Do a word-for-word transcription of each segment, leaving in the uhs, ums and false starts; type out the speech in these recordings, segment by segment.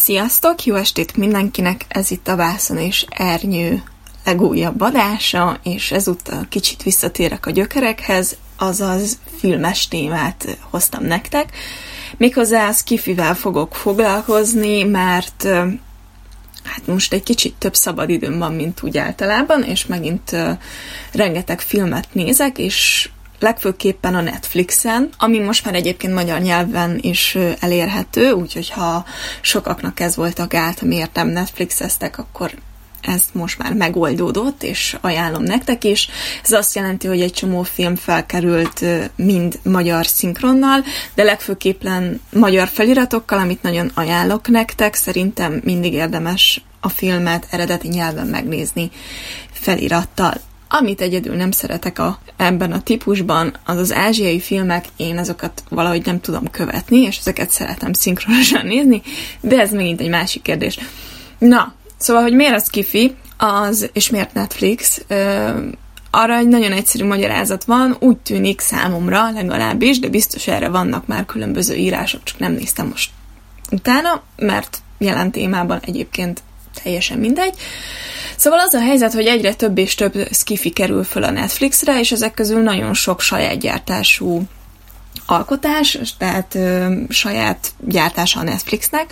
Sziasztok! Jó estét mindenkinek! Ez itt a Vászon és Ernyő legújabb adása, és ezúttal kicsit visszatérek a gyökerekhez, azaz filmes témát hoztam nektek. Méghozzá sci-fivel fogok foglalkozni, mert hát most egy kicsit több szabadidőm van, mint úgy általában, és megint uh, rengeteg filmet nézek, és legfőképpen a Netflixen, ami most már egyébként magyar nyelven is elérhető, úgyhogy ha sokaknak ez volt a gát, miért nem Netflixeztek, akkor ez most már megoldódott, és ajánlom nektek is. Ez azt jelenti, hogy egy csomó film felkerült mind magyar szinkronnal, de legfőképpen magyar feliratokkal, amit nagyon ajánlok nektek. Szerintem mindig érdemes a filmet eredeti nyelven megnézni felirattal. Amit egyedül nem szeretek a, ebben a típusban, az az ázsiai filmek, én azokat valahogy nem tudom követni, és ezeket szeretem szinkronosan nézni, de ez megint egy másik kérdés. Na, szóval, hogy miért a sci-fi, az, és miért Netflix, ö, arra egy nagyon egyszerű magyarázat van, úgy tűnik számomra legalábbis, de biztos erre vannak már különböző írások, csak nem néztem most utána, mert jelen témában egyébként teljesen mindegy. Szóval az a helyzet, hogy egyre több és több sci-fi kerül föl a Netflixre, és ezek közül nagyon sok saját gyártású alkotás, tehát ö, saját gyártása a Netflixnek,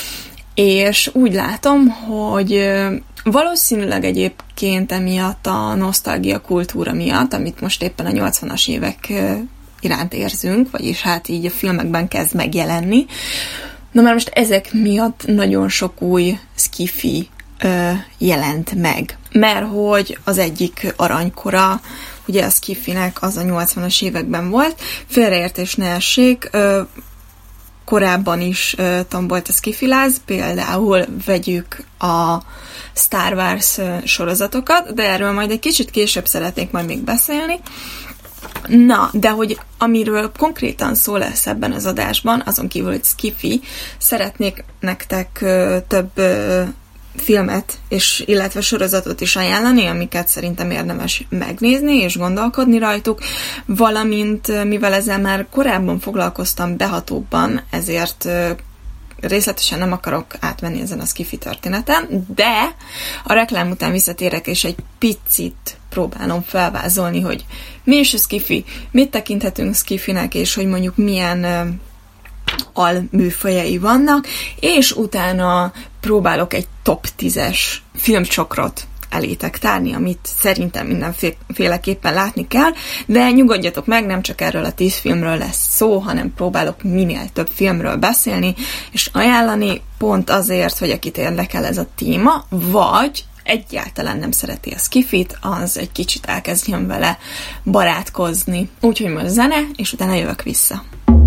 és úgy látom, hogy ö, valószínűleg egyébként emiatt a nosztalgia kultúra miatt, amit most éppen a nyolcvanas évek ö, iránt érzünk, vagyis hát így a filmekben kezd megjelenni. Na már most ezek miatt nagyon sok új sci-fi ö, jelent meg. Mert hogy az egyik aranykora, ugye a sci-finek az a nyolcvanas években volt, félreértés ne essék, ö, korábban is ö, tombolt a sci-filáz, például vegyük a Star Wars ö, sorozatokat, de erről majd egy kicsit később szeretnék majd még beszélni. Na, de hogy amiről konkrétan szó lesz ebben az adásban, azon kívül, hogy sci-fi, szeretnék nektek ö, több ö, filmet, és illetve sorozatot is ajánlani, amiket szerintem érdemes megnézni, és gondolkodni rajtuk, valamint, mivel ezzel már korábban foglalkoztam behatóbban, ezért ö, részletesen nem akarok átvenni ezen a sci-fi történeten, de a reklám után visszatérek, és egy picit próbálom felvázolni, hogy mi is a sci-fi, mit tekinthetünk sci-finek, és hogy mondjuk milyen uh, alműfajai vannak, és utána próbálok egy top tízes filmcsokrot elétek tárni, amit szerintem mindenféleképpen látni kell, de nyugodjatok meg, nem csak erről a tíz filmről lesz szó, hanem próbálok minél több filmről beszélni, és ajánlani pont azért, hogy akit érdekel ez a téma, vagy egyáltalán nem szereti a sci-fit, az egy kicsit elkezdjen vele barátkozni. Úgyhogy most zene, és utána jövök vissza.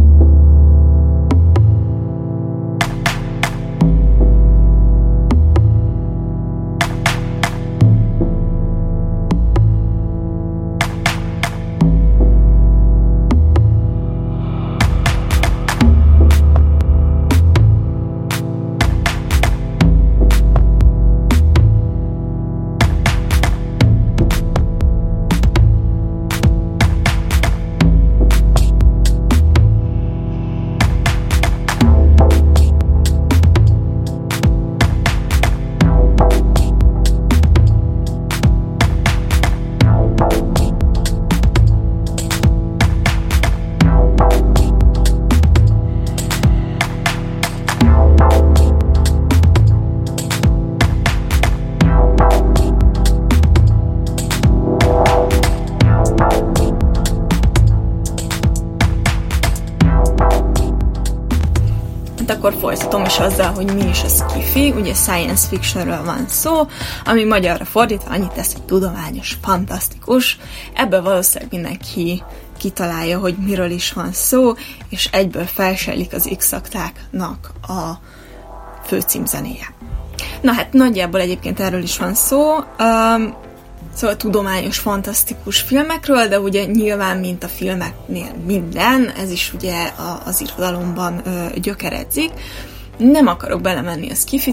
Akkor folytatom is azzal, hogy mi is a sci-fi, ugye science fictionről van szó, ami magyarra fordítva annyit tesz, hogy tudományos, fantasztikus. Ebből valószínűleg mindenki kitalálja, hogy miről is van szó, és egyből felsejlik az X-aktáknak a főcímzenéje. Na hát nagyjából egyébként erről is van szó, um, szóval tudományos, fantasztikus filmekről, de ugye nyilván, mint a filmeknél minden, ez is ugye az irodalomban ö, gyökeredzik. Nem akarok belemenni a sci-fi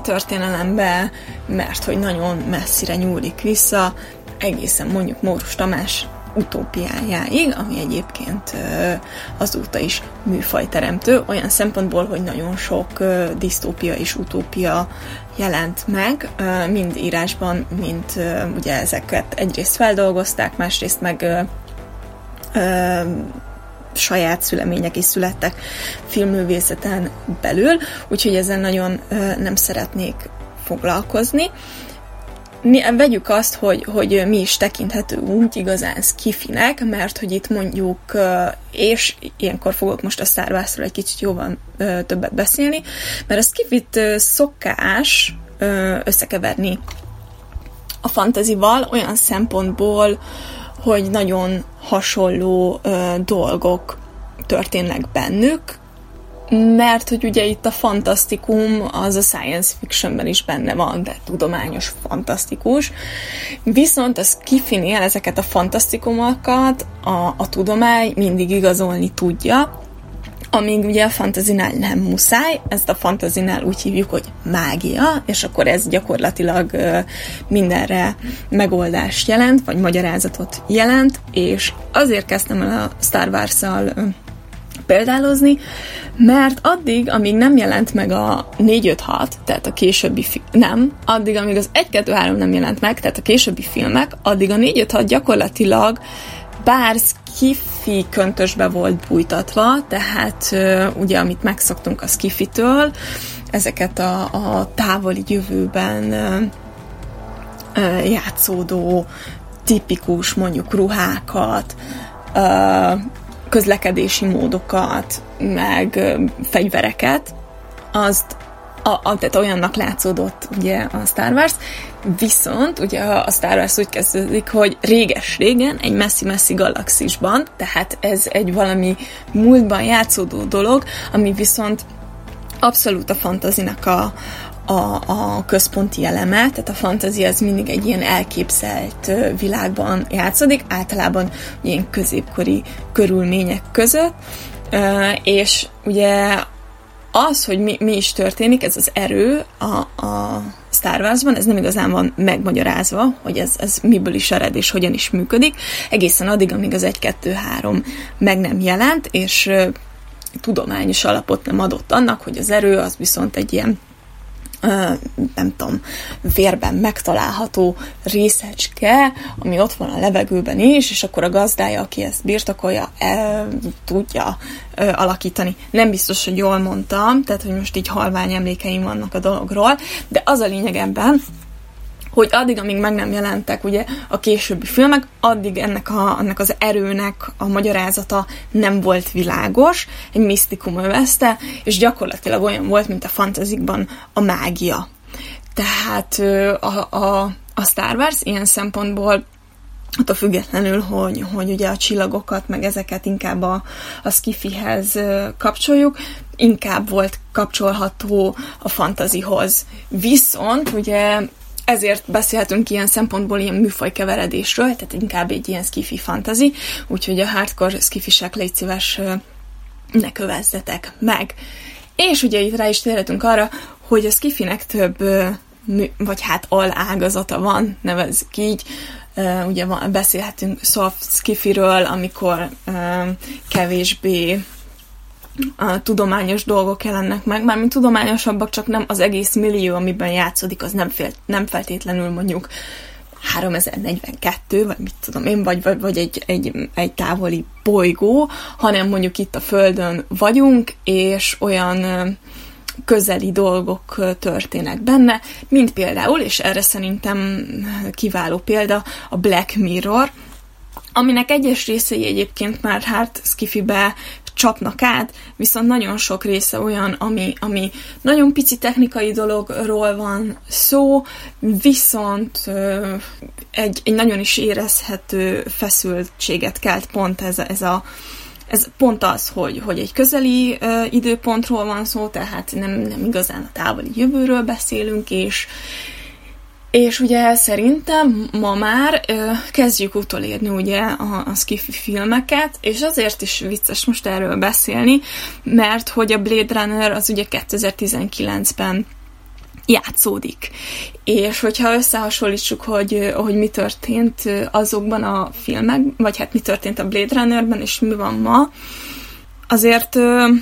történelembe, mert hogy nagyon messzire nyúlik vissza, egészen mondjuk Móros Tamás utópiájáig, ami egyébként azóta is műfajteremtő, olyan szempontból, hogy nagyon sok disztópia és utópia jelent meg, mind írásban, mind ugye ezeket egyrészt feldolgozták, másrészt meg saját szülemények is születtek filmművészeten belül, úgyhogy ezzel nagyon nem szeretnék foglalkozni. Vegyük azt, hogy, hogy mi is tekinthető úgy igazán skifinek, mert hogy itt mondjuk, és ilyenkor fogok most a Star Warsról egy kicsit jóval többet beszélni, mert a skifit szokás összekeverni a fantazival olyan szempontból, hogy nagyon hasonló dolgok történnek bennük, mert hogy ugye itt a fantasztikum az a science fictionben is benne van, de tudományos fantasztikus. Viszont a skifinél ezeket a fantasztikumokat a, a tudomány mindig igazolni tudja, amíg ugye a fantazinál nem muszáj, ezt a fantazinál úgy hívjuk, hogy mágia, és akkor ez gyakorlatilag mindenre megoldást jelent, vagy magyarázatot jelent, és azért kezdtem el a Star Wars-szal példálozni, mert addig, amíg nem jelent meg a négy öt hat, tehát a későbbi fi- nem, addig, amíg az egy kettő három nem jelent meg, tehát a későbbi filmek, addig a négy öt hat gyakorlatilag bár skifi köntösbe volt bújtatva, tehát ugye, amit megszoktunk a skifitől, ezeket a, a távoli jövőben játszódó tipikus mondjuk ruhákat, közlekedési módokat, meg fegyvereket, azt a, a, tehát olyannak látszódott ugye a Star Wars, viszont ugye a Star Wars úgy kezdődik, hogy réges-régen, egy messzi-messzi galaxisban, tehát ez egy valami múltban játszódó dolog, ami viszont abszolút a fantazinak a, a, a központi eleme, tehát a fantazia az mindig egy ilyen elképzelt világban játszódik, általában ilyen középkori körülmények között, és ugye az, hogy mi, mi is történik, ez az erő a, a Star Warsban, ez nem igazán van megmagyarázva, hogy ez, ez miből is ered és hogyan is működik, egészen addig, amíg az egy kettő három meg nem jelent, és uh, tudományos alapot nem adott annak, hogy az erő az viszont egy ilyen Uh, nem tudom, vérben megtalálható részecske, ami ott van a levegőben is, és akkor a gazdája, aki ezt birtokolja, el tudja uh, alakítani. Nem biztos, hogy jól mondtam, tehát, hogy most így halvány emlékeim vannak a dologról, de az a lényeg ebben, hogy addig, amíg meg nem jelentek ugye a későbbi filmek, addig ennek, a, ennek az erőnek a magyarázata nem volt világos, egy misztikum övezte, és gyakorlatilag olyan volt, mint a fantazikban a mágia. Tehát a, a, a Star Wars ilyen szempontból attól függetlenül, hogy, hogy ugye a csillagokat, meg ezeket inkább a, a skifihez kapcsoljuk, inkább volt kapcsolható a fantazihoz. Viszont ugye ezért beszélhetünk ilyen szempontból ilyen műfajkeveredésről, tehát inkább egy ilyen skifi fantasy, úgyhogy a hardcore skifisek légy szíves, ne kövezzetek meg. És ugye itt rá is térhetünk arra, hogy a skifinek több, vagy hát alágazata van, nevezzük így. Ugye van, beszélhetünk soft skifiről, amikor kevésbé a tudományos dolgok jelennek meg, mármint tudományosabbak, csak nem az egész millió, amiben játszódik, az nem, fél, nem feltétlenül mondjuk háromezer-negyvenkettő, vagy mit tudom én, vagy, vagy, vagy egy, egy, egy távoli bolygó, hanem mondjuk itt a Földön vagyunk, és olyan közeli dolgok történnek benne, mint például, és erre szerintem kiváló példa, a Black Mirror, aminek egyes részei egyébként már hát skifibe csapnak át, viszont nagyon sok része olyan, ami, ami nagyon pici technikai dologról van szó, viszont ö, egy, egy nagyon is érezhető feszültséget kelt pont ez, ez a Ez pont az, hogy, hogy egy közeli ö, időpontról van szó, tehát nem, nem igazán a távoli jövőről beszélünk, és És ugye szerintem ma már ö, kezdjük utolérni ugye a, a skifi filmeket, és azért is vicces most erről beszélni, mert hogy a Blade Runner az ugye kétezer-tizenkilencben játszódik. És hogyha összehasonlítsuk, hogy, hogy mi történt azokban a filmek, vagy hát mi történt a Blade Runnerben, és mi van ma, azért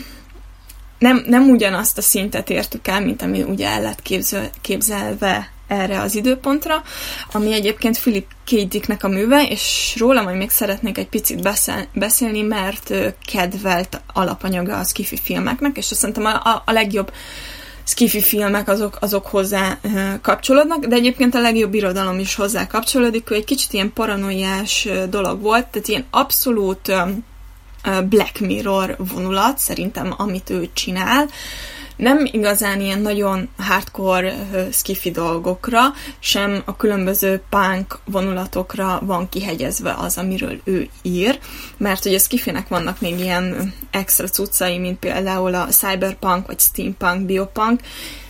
nem, nem ugyanazt a szintet értük el, mint ami ugye el lett képzel, képzelve erre az időpontra, ami egyébként Philip K. Dicknek a műve, és róla majd még szeretnék egy picit beszél, beszélni, mert kedvelt alapanyaga a sci-fi filmeknek, és azt szerintem a, a, a legjobb sci-fi filmek azok, azok hozzá kapcsolódnak, de egyébként a legjobb irodalom is hozzá kapcsolódik, hogy egy kicsit ilyen paranoiás dolog volt, tehát ilyen abszolút Black Mirror vonulat, szerintem, amit ő csinál. Nem igazán ilyen nagyon hardcore sci-fi dolgokra, sem a különböző punk vonulatokra van kihegyezve az, amiről ő ír, mert ugye a sci-finek vannak még ilyen extra cuccai, mint például a cyberpunk, vagy steampunk, biopunk,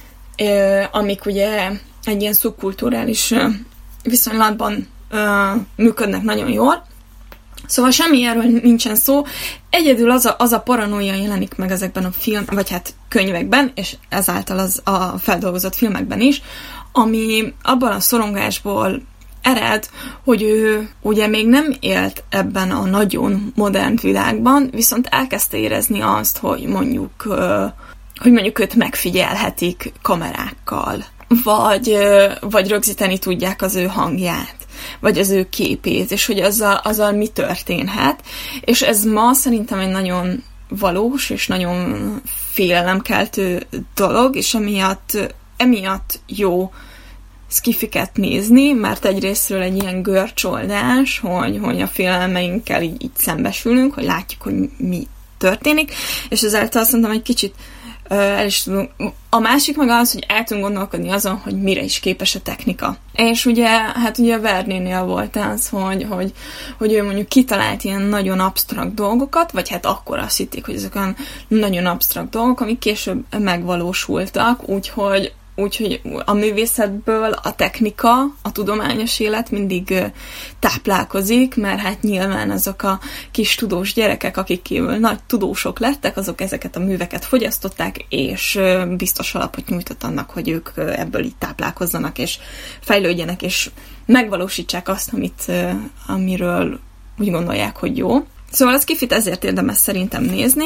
amik ugye egy ilyen szubkulturális viszonylatban működnek nagyon jól. Szóval semmi erről nincsen szó, egyedül az a, az a paranoia jelenik meg ezekben a film, vagy hát könyvekben, és ezáltal az a feldolgozott filmekben is, ami abban a szorongásból ered, hogy ő ugye még nem élt ebben a nagyon modern világban, viszont elkezdte érezni azt, hogy mondjuk, hogy mondjuk őt megfigyelhetik kamerákkal, vagy, vagy rögzíteni tudják az ő hangját, vagy az ő képét, és hogy azzal, azzal mi történhet. És ez ma szerintem egy nagyon valós, és nagyon félelemkeltő dolog, és emiatt, emiatt jó szkifiket nézni, mert egyrésztről egy ilyen görcsoldás, hogy, hogy a félelmeinkkel így, így szembesülünk, hogy látjuk, hogy mi történik, és ezáltal azt mondtam, egy kicsit el is tudunk. A másik meg az, hogy el tudunk gondolkodni azon, hogy mire is képes a technika. És ugye, hát ugye a Vernénél volt az, hogy, hogy, hogy ő mondjuk kitalált ilyen nagyon absztrakt dolgokat, vagy hát akkor azt hitték, hogy ezek olyan nagyon absztrakt dolgok, amik később megvalósultak, úgyhogy Úgyhogy a művészetből a technika, a tudományos élet mindig táplálkozik, mert hát nyilván azok a kis tudós gyerekek, akik kívül nagy tudósok lettek, azok ezeket a műveket fogyasztották, és biztos alapot nyújtott annak, hogy ők ebből így táplálkozzanak, és fejlődjenek, és megvalósítsák azt, amit, amiről úgy gondolják, hogy jó. Szóval az kifit ezért érdemes szerintem nézni,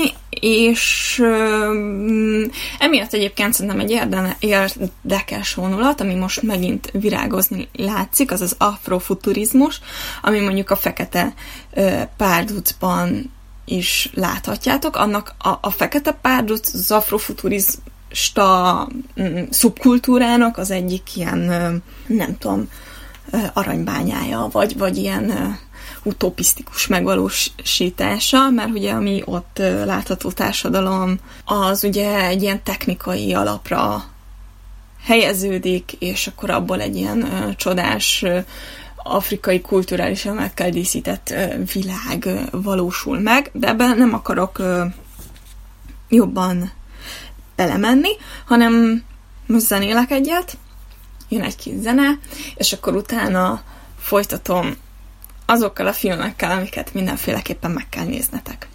és euh, emiatt egyébként szerintem egy érdene, érdekes vonulat, ami most megint virágozni látszik, az az afrofuturizmus, ami mondjuk a fekete euh, párducban is láthatjátok. Annak a, a fekete párduc, az afrofuturista mm, szubkultúrának az egyik ilyen, euh, nem tudom, euh, aranybányája, vagy, vagy ilyen... Euh, utopisztikus megvalósítása, mert ugye ami ott látható társadalom, az ugye egy ilyen technikai alapra helyeződik, és akkor abból egy ilyen ö, csodás ö, afrikai kulturális elemekkel díszített ö, világ ö, valósul meg, de ebben nem akarok ö, jobban belemenni, hanem most zenélek egyet, jön egy kis zene, és akkor utána folytatom azokkal a filmekkel, amiket mindenféleképpen meg kell néznetek.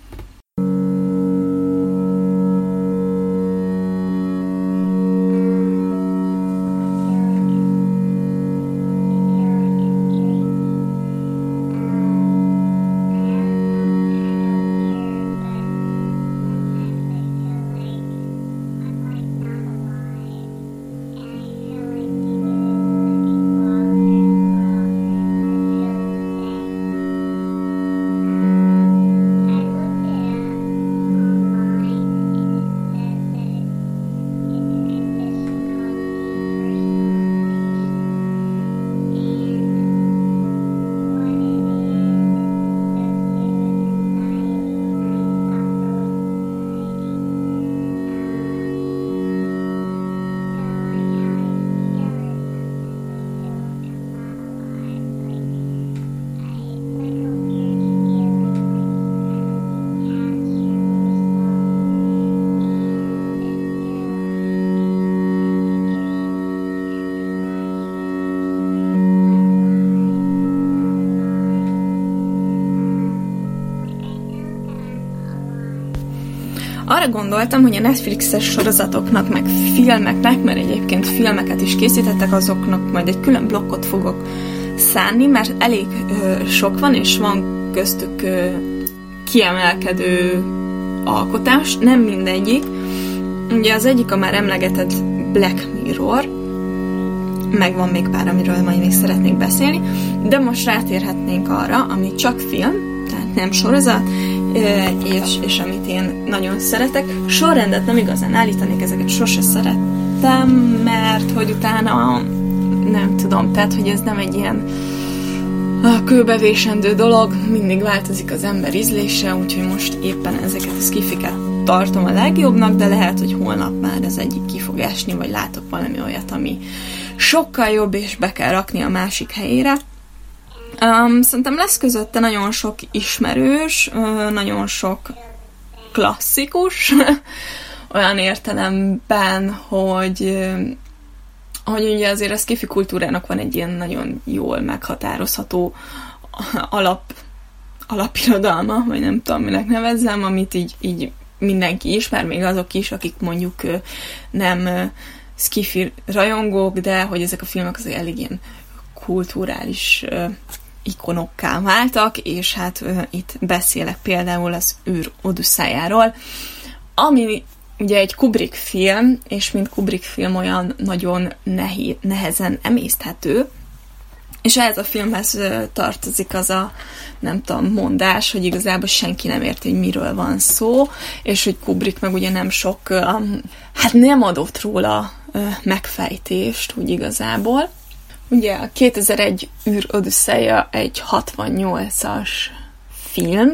arra gondoltam, hogy a Netflixes sorozatoknak, meg filmeknek, mert egyébként filmeket is készítettek, azoknak majd egy külön blokkot fogok szánni, mert elég ö, sok van, és van köztük ö, kiemelkedő alkotás, nem mindegyik. Ugye az egyik a már emlegetett Black Mirror, meg van még pár, amiről majd még szeretnék beszélni, de most rátérhetnénk arra, ami csak film, tehát nem sorozat, és, és amit én nagyon szeretek. Sorrendet nem igazán állítanék, ezeket sose szerettem, mert hogy utána nem tudom, tehát hogy ez nem egy ilyen kőbevésendő dolog, mindig változik az ember ízlése, úgyhogy most éppen ezeket a skifiket tartom a legjobbnak, de lehet, hogy holnap már az egyik ki fog esni, vagy látok valami olyat, ami sokkal jobb, és be kell rakni a másik helyére. Um, szerintem lesz közötte nagyon sok ismerős, uh, nagyon sok klasszikus, olyan értelemben, hogy, uh, hogy ugye azért a sci-fi kultúrának van egy ilyen nagyon jól meghatározható alap, alapirodalma, vagy nem tudom, minek nevezzem, amit így, így mindenki ismer, még azok is, akik mondjuk uh, nem uh, sci-fi rajongók, de hogy ezek a filmek azért elég ilyen kulturális uh, ikonokká váltak, és hát uh, itt beszélek például az űr Odüsszejáról, ami ugye egy Kubrick film, és mint Kubrick film olyan nagyon nehéz, nehezen emészthető, és ehhez a filmhez uh, tartozik az a, nem tudom, mondás, hogy igazából senki nem érti, hogy miről van szó, és hogy Kubrick meg ugye nem sok, uh, hát nem adott róla uh, megfejtést, úgy igazából. Ugye a kétezer-egy űr Odüsszeja egy hatvannyolcas film,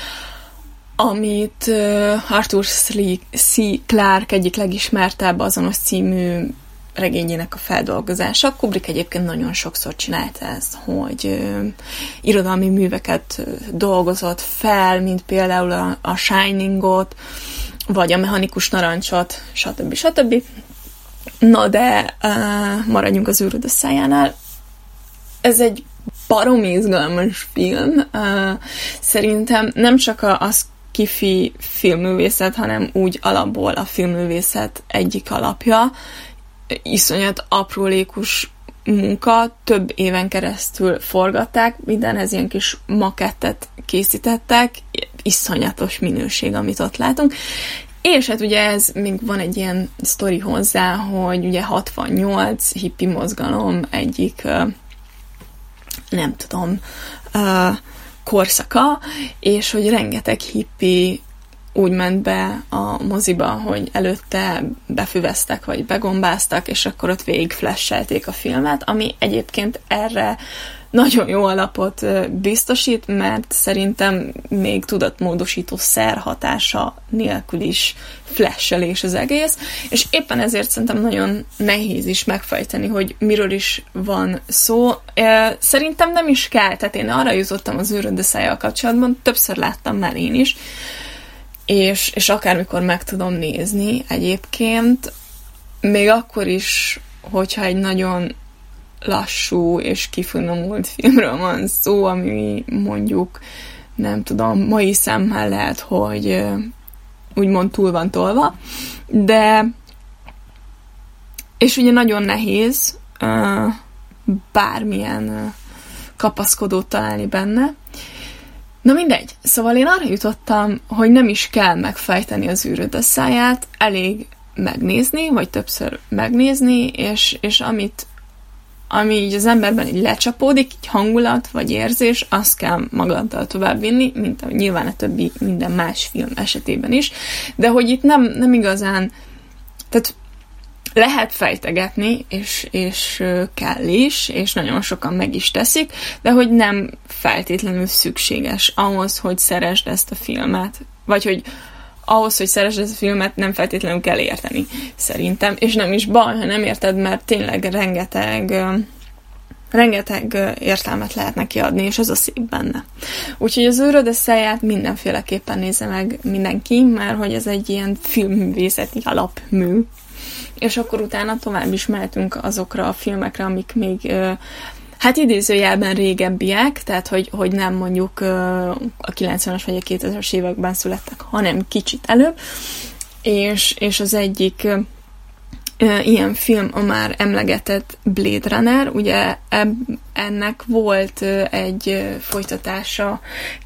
amit uh, Arthur C. Clarke egyik legismertebb azonos című regényének a feldolgozása. Kubrick egyébként nagyon sokszor csinálta ezt, hogy uh, irodalmi műveket uh, dolgozott fel, mint például a, a Shiningot, vagy a Mechanikus narancsot, stb. stb. Na de uh, maradjunk az űr Odüsszejájánál. Ez egy baromi izgalmas film. Uh, szerintem nem csak a, a sci-fi filmművészet, hanem úgy alapból a filmművészet egyik alapja. Iszonyat aprólékus munka, több éven keresztül forgatták, mindenhez ilyen kis makettet készítettek, iszonyatos minőség, amit ott látunk. És hát ugye ez még van egy ilyen sztori hozzá, hogy ugye hatvannyolc hippi mozgalom egyik, nem tudom, korszaka, és hogy rengeteg hippi úgy ment be a moziba, hogy előtte befüveztek, vagy begombáztak, és akkor ott végig flashelték a filmet, ami egyébként erre nagyon jó alapot biztosít, mert szerintem még tudatmódosító szer hatása nélkül is flashelés az egész, és éppen ezért szerintem nagyon nehéz is megfejteni, hogy miről is van szó. Szerintem nem is kell, tehát én arra jutottam az űr Odüsszejájával kapcsolatban, többször láttam már én is, és, és akármikor meg tudom nézni egyébként, még akkor is, hogyha egy nagyon lassú és kifinomult filmről van szó, ami mondjuk, nem tudom, mai szemmel lehet, hogy úgymond túl van tolva, de és ugye nagyon nehéz bármilyen kapaszkodót találni benne. Na mindegy, szóval én arra jutottam, hogy nem is kell megfejteni az űr Odüsszejáját, elég megnézni, vagy többször megnézni, és, és amit ami így az emberben így lecsapódik, így hangulat vagy érzés, azt kell magaddal továbbvinni, mint ahogy nyilván a többi minden más film esetében is, de hogy itt nem, nem igazán, tehát lehet fejtegetni, és, és kell is, és nagyon sokan meg is teszik, de hogy nem feltétlenül szükséges ahhoz, hogy szeresd ezt a filmet, vagy hogy ahhoz, hogy szeresd ezt a filmet, nem feltétlenül kell érteni, szerintem. És nem is baj, ha nem érted, mert tényleg rengeteg, rengeteg értelmet lehet neki adni, és az a szép benne. Úgyhogy az űr Odüsszejáját mindenféleképpen nézze meg mindenki, mert hogy ez egy ilyen filmművészeti alapmű. És akkor utána tovább is mehetünk azokra a filmekre, amik még hát idézőjelben régebbiek, tehát hogy, hogy nem mondjuk a kilencvenes vagy a kétezres években születtek, hanem kicsit előbb, és, és az egyik ilyen film a már emlegetett Blade Runner, ugye ennek volt egy folytatása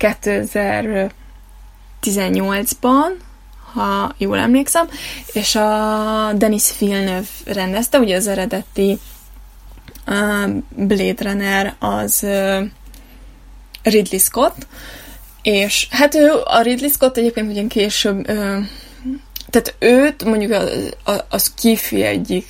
kétezer-tizennyolcban, ha jól emlékszem, és a Denis Villeneuve rendezte, ugye az eredeti Blade Runner az Ridley Scott, és hát ő, a Ridley Scott egyébként ugyan később tehát őt mondjuk a, a, a sci-fi egyik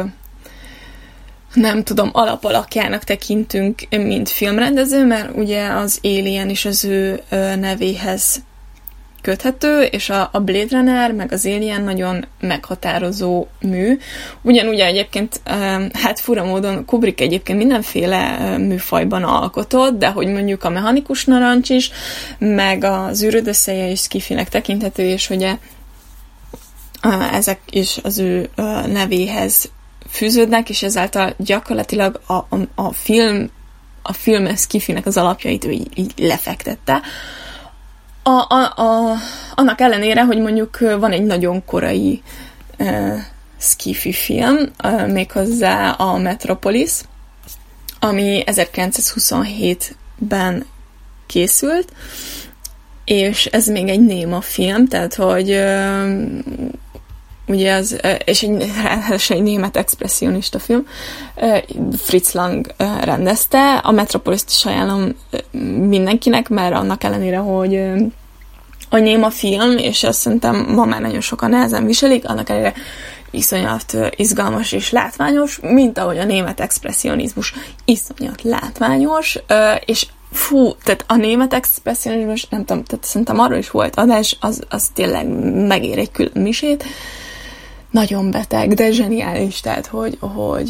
nem tudom, alapalakjának tekintünk, mint filmrendező, mert ugye az Alien is az ő nevéhez köthető, és a, a Blade Runner, meg az Alien nagyon meghatározó mű. Ugyanúgy egyébként, hát fura módon Kubrick egyébként mindenféle műfajban alkotott, de hogy mondjuk a Mechanikus narancs is, meg az űröd összeje is sci-finek tekinthető, és ugye ezek is az ő nevéhez fűződnek, és ezáltal gyakorlatilag a, a, a film a film sci-finek az alapjait ő így, így lefektette. A, a, a, annak ellenére, hogy mondjuk van egy nagyon korai uh, sci-fi film, uh, méghozzá a Metropolis, ami ezerkilencszázhuszonhétben készült, és ez még egy néma film, tehát hogy uh, ugye az, és egy, egy német expresszionista film, Fritz Lang rendezte. A Metropolis-t is ajánlom mindenkinek, mert annak ellenére, hogy a néma film, és azt szerintem ma már nagyon sokan nehezen viselik, annak ellenére iszonyat izgalmas és látványos, mint ahogy a német expresszionizmus iszonyat látványos, és fú, tehát a német expresszionizmus, nem tudom, tehát szerintem arról is volt adás, az, az tényleg megér egy külön misét. Nagyon beteg, de zseniális, tehát hogy, hogy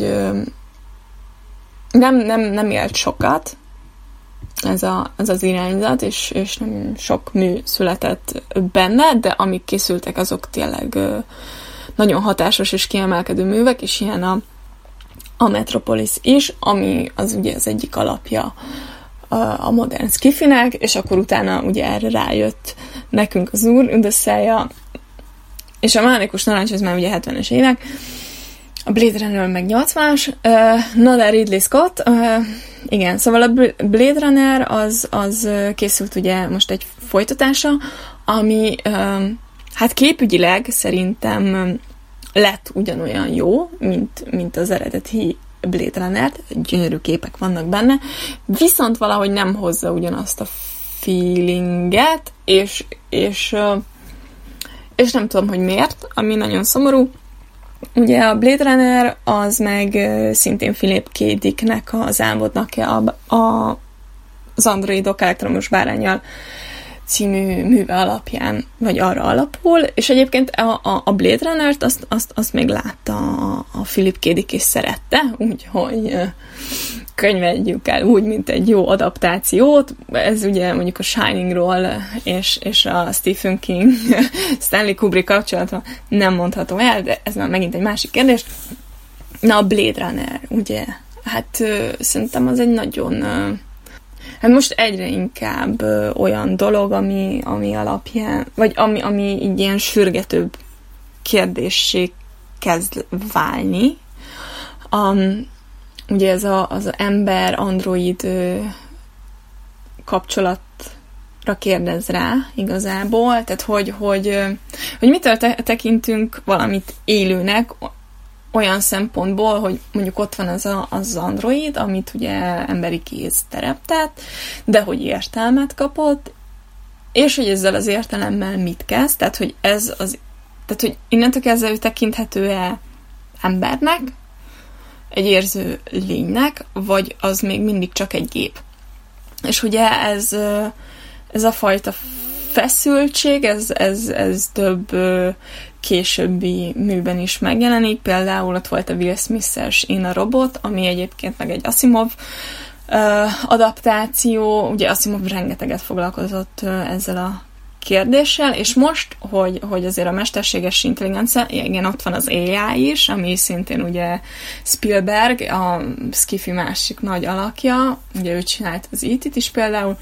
nem, nem, nem élt sokat ez, a, ez az irányzat, és, és nem sok mű született benne, de amik készültek, azok tényleg nagyon hatásos és kiemelkedő művek, és ilyen a, a Metropolis is, ami az ugye az egyik alapja a, a modern sci-finek, és akkor utána ugye erre rájött nekünk az űrödösszeje, és a Mechanikus narancs, ez már ugye hetvenes évek, a Blade Runner meg nyolcvanas, uh, na de Ridley Scott, uh, igen, szóval a Blade Runner az, az készült ugye most egy folytatása, ami uh, hát képügyileg szerintem lett ugyanolyan jó, mint, mint az eredeti Blade Runner, gyönyörű képek vannak benne, viszont valahogy nem hozza ugyanazt a feelinget, és, és uh, és nem tudom, hogy miért, ami nagyon szomorú. Ugye a Blade Runner az meg szintén Philip K. Dicknek az álmodnak a, a, az Androidok elektromos báránnyal című műve alapján, vagy arra alapul, és egyébként a, a, a Blade Runnert azt, azt, azt még látta a, a Philip K. Dick és szerette, úgyhogy könyveljük el úgy, mint egy jó adaptációt. Ez ugye mondjuk a Shiningról és, és a Stephen King Stanley Kubrick kapcsolatban nem mondható el, de ez már megint egy másik kérdés. Na, a Blade Runner, ugye, hát ö, szerintem az egy nagyon ö, hát most egyre inkább ö, olyan dolog, ami, ami alapján, vagy ami, ami így ilyen sürgetőbb kérdéssé kezd válni. Um, ugye ez a, az ember-android ö, kapcsolatra kérdez rá igazából, tehát hogy, hogy, ö, hogy mitől te- tekintünk valamit élőnek olyan szempontból, hogy mondjuk ott van az a, az android, amit ugye emberi kéz teremtett, de hogy értelmet kapott, és hogy ezzel az értelemmel mit kezd, tehát hogy ez az, tehát hogy innentől kezdve ő tekinthető-e embernek, egy érző lénynek, vagy az még mindig csak egy gép. És ugye ez, ez a fajta feszültség, ez, ez, ez több későbbi műben is megjelenik, például ott volt a Will Smith-es Én a robot, ami egyébként meg egy Asimov adaptáció, ugye Asimov rengeteget foglalkozott ezzel a kérdéssel, és most, hogy, hogy azért a mesterséges intelligencia, igen, ott van az á i is, ami szintén ugye Spielberg, a sci-fi másik nagy alakja, ugye ő csinált az í té-t is például,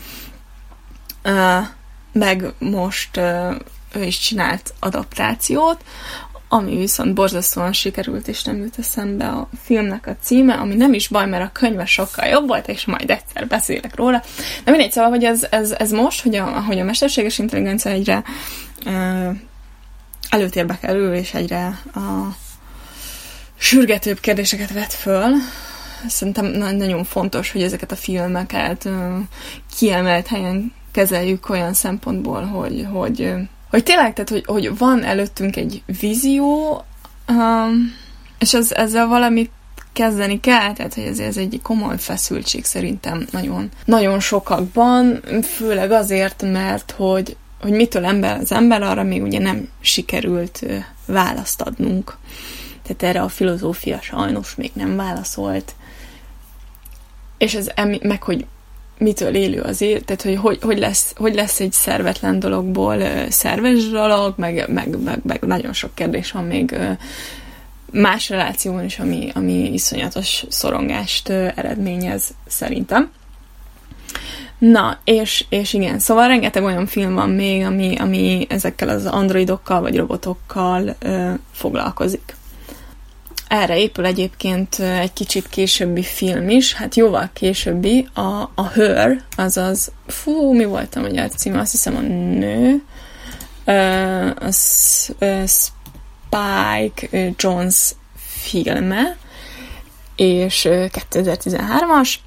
meg most ő is csinált adaptációt, ami viszont borzasztóan sikerült, és nem jut eszembe a filmnek a címe, ami nem is baj, mert a könyve sokkal jobb volt, és majd egyszer beszélek róla. De mindegy, szóval, hogy ez, ez, ez most, hogy a, hogy a mesterséges intelligencia egyre uh, előtérbe kerül, és egyre a sürgetőbb kérdéseket vet föl, szerintem nagyon fontos, hogy ezeket a filmeket uh, kiemelt helyen kezeljük olyan szempontból, hogy, hogy hogy tényleg, tehát, hogy, hogy van előttünk egy vízió, um, és az, ezzel valamit kezdeni kell, tehát, hogy ez, ez egy komoly feszültség szerintem nagyon, nagyon sokakban, főleg azért, mert hogy, hogy mitől ember az ember, arra még ugye nem sikerült uh, választ adnunk. Tehát erre a filozófia sajnos még nem válaszolt. És ez meg, hogy mitől élő az élet, tehát hogy, hogy, hogy, lesz, hogy lesz egy szervetlen dologból uh, szerves dolog, meg, meg, meg, meg nagyon sok kérdés van még uh, más relációban is, ami, ami iszonyatos szorongást uh, eredményez szerintem. Na, és, és igen, szóval rengeteg olyan film van még, ami, ami ezekkel az androidokkal vagy robotokkal uh, foglalkozik. Erre épül egyébként egy kicsit későbbi film is, hát jóval későbbi, a, a Her, azaz, fú, mi volt a magyar címe, azt hiszem a nő, uh, a uh, Spike Jonze filme, és uh, kétezer-tizenhármas,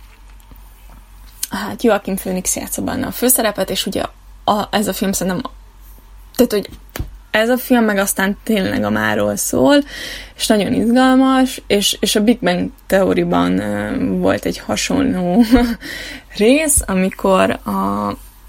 hát Joaquin Phoenix játsza benne a főszerepet, és ugye a, ez a film szerintem, tehát, hogy ez a film meg aztán tényleg a máról szól, és nagyon izgalmas, és, és a Big Bang Theory-ban uh, volt egy hasonló rész, amikor a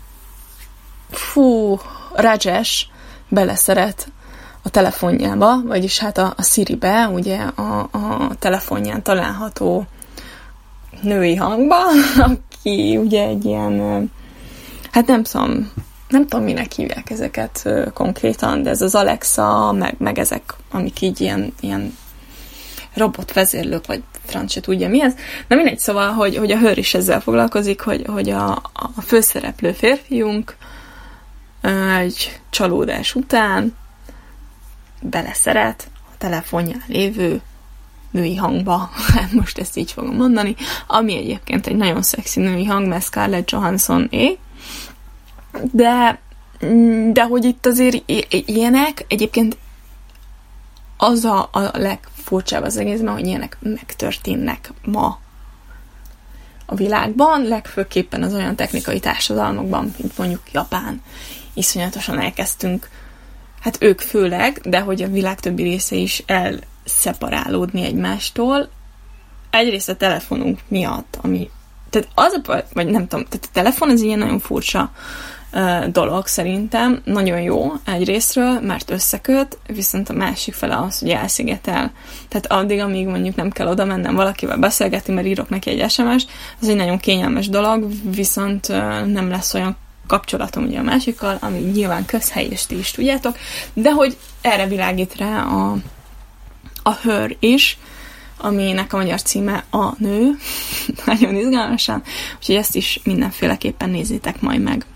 fú, Rajesh beleszeret a telefonjába, vagyis hát a, a Siri-be, ugye a, a telefonján található női hangba, aki ugye egy ilyen, hát nem tudom, nem tudom, minek hívják ezeket ö, konkrétan, de ez az Alexa, meg, meg ezek, amik így ilyen, ilyen robotvezérlők, vagy franc se tudja mi ez. Na mindegy, szóval, hogy, hogy a Her is ezzel foglalkozik, hogy, hogy a, a főszereplő férfiunk ö, egy csalódás után beleszeret a telefonján lévő női hangba, hát most ezt így fogom mondani, ami egyébként egy nagyon szexi női hang, mert Scarlett Johansson-é, de, de hogy itt azért ilyenek, egyébként az a, a legfurcsább az egészben, hogy ilyenek megtörténnek ma a világban, legfőképpen az olyan technikai társadalmakban, mint mondjuk Japán. Iszonyatosan elkezdtünk, hát ők főleg, de hogy a világ többi része is elszeparálódni egymástól. Egyrészt a telefonunk miatt, ami, tehát az a, vagy nem tudom, tehát a telefon az ilyen nagyon furcsa dolog szerintem, nagyon jó egyrésztről, mert összeköt, viszont a másik fele az, hogy elszigetel. Tehát addig, amíg mondjuk nem kell oda mennem valakivel beszélgetni, mert írok neki egy es em es, az egy nagyon kényelmes dolog, viszont nem lesz olyan kapcsolatom ugye a másikkal, ami nyilván közhely, és ti is tudjátok, de hogy erre világít rá a, a Her is, aminek a magyar címe A nő, nagyon izgalmasan, úgyhogy ezt is mindenféleképpen nézzétek majd meg.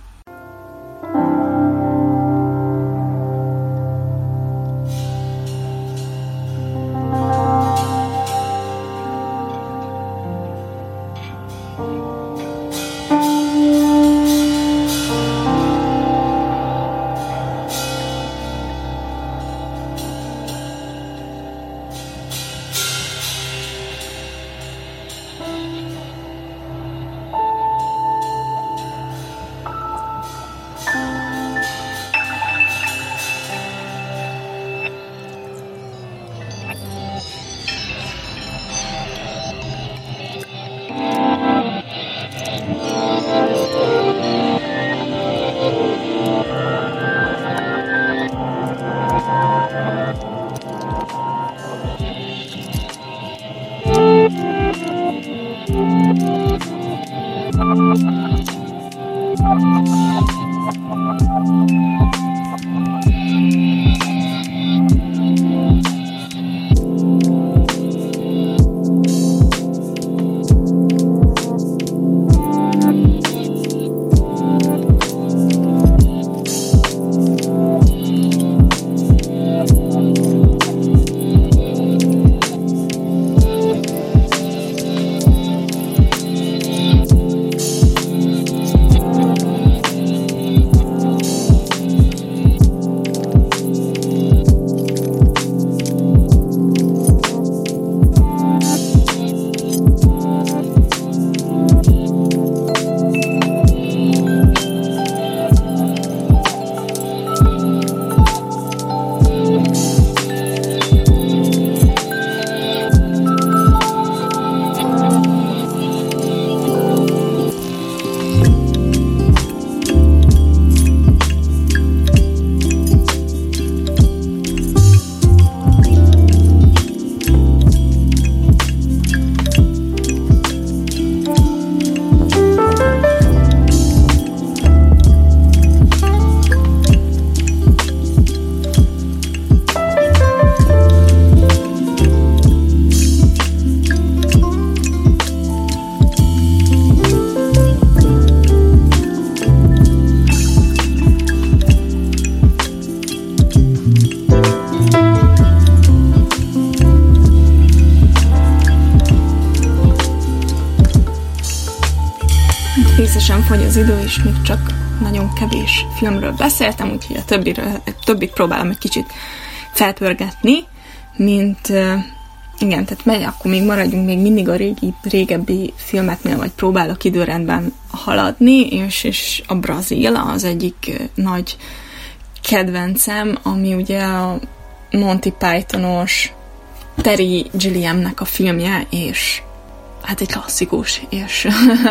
vészesen fogy az idő, és még csak nagyon kevés filmről beszéltem, úgyhogy a többiről, többit próbálom egy kicsit felpörgetni, mint igen, tehát megy, akkor még maradjunk még mindig a régi, régebbi filmeknél, vagy próbálok időrendben haladni, és, és a Brazil az egyik nagy kedvencem, ami ugye a Monty Pythonos Terry Gilliamnek a filmje, és hát egy klasszikus, és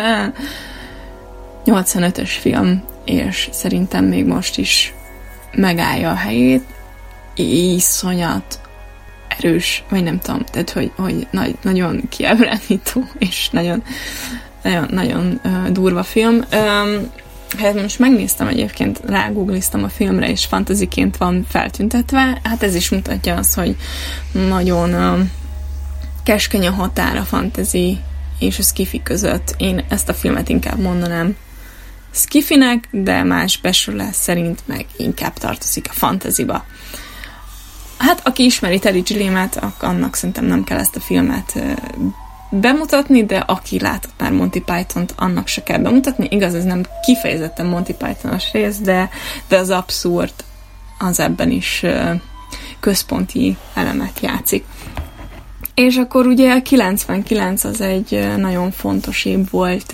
nyolcvanötös film, és szerintem még most is megállja a helyét. Iszonyat erős, vagy nem tudom, tehát, hogy, hogy nagy, nagyon kiábrándító, és nagyon, nagyon, nagyon uh, durva film. Um, hát most megnéztem egyébként, rágoogliztam a filmre, és fantaziként van feltüntetve, hát ez is mutatja azt, hogy nagyon uh, keskeny a határ a fantasy és a skifi között. Én ezt a filmet inkább mondanám skifinek, de más besorolása szerint meg inkább tartozik a fantasyba. Hát, aki ismeri Terry Gilliamet, annak szerintem nem kell ezt a filmet bemutatni, de aki látott már Monty Pythont, annak se kell bemutatni. Igaz, ez nem kifejezetten Monty Pythonos rész, de, de az abszurd az ebben is központi elemet játszik. És akkor ugye kilencvenkilenc az egy nagyon fontos év volt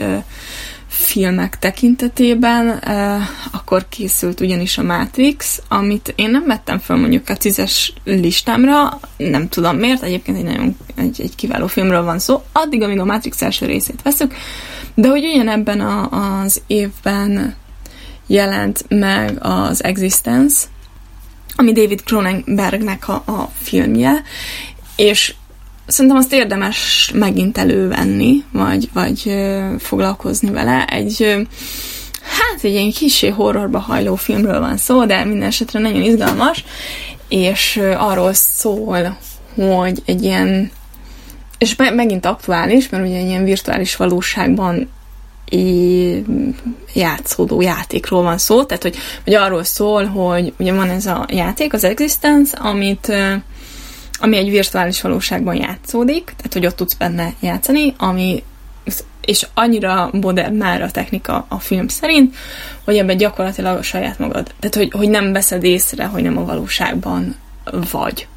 filmek tekintetében, akkor készült ugyanis a Matrix, amit én nem vettem fel mondjuk a tízes listámra, nem tudom miért, egyébként egy nagyon egy, egy kiváló filmről van szó, addig, amíg a Matrix első részét veszük, de hogy ugyanebben a, az évben jelent meg az Existence, ami David Cronenbergnek a, a filmje, és szerintem azt érdemes megint elővenni, vagy, vagy ö, foglalkozni vele. Egy, ö, hát egy ilyen kissé horrorba hajló filmről van szó, de minden esetre nagyon izgalmas, és ö, arról szól, hogy egy ilyen, és me- megint aktuális, mert ugye egy ilyen virtuális valóságban é, játszódó játékról van szó, tehát hogy, hogy arról szól, hogy ugye van ez a játék, az Existence, amit ö, ami egy virtuális valóságban játszódik, tehát hogy ott tudsz benne játszani, ami, és annyira modern már a technika a film szerint, hogy ebben gyakorlatilag a saját magad, tehát hogy, hogy nem veszed észre, hogy nem a valóságban vagy.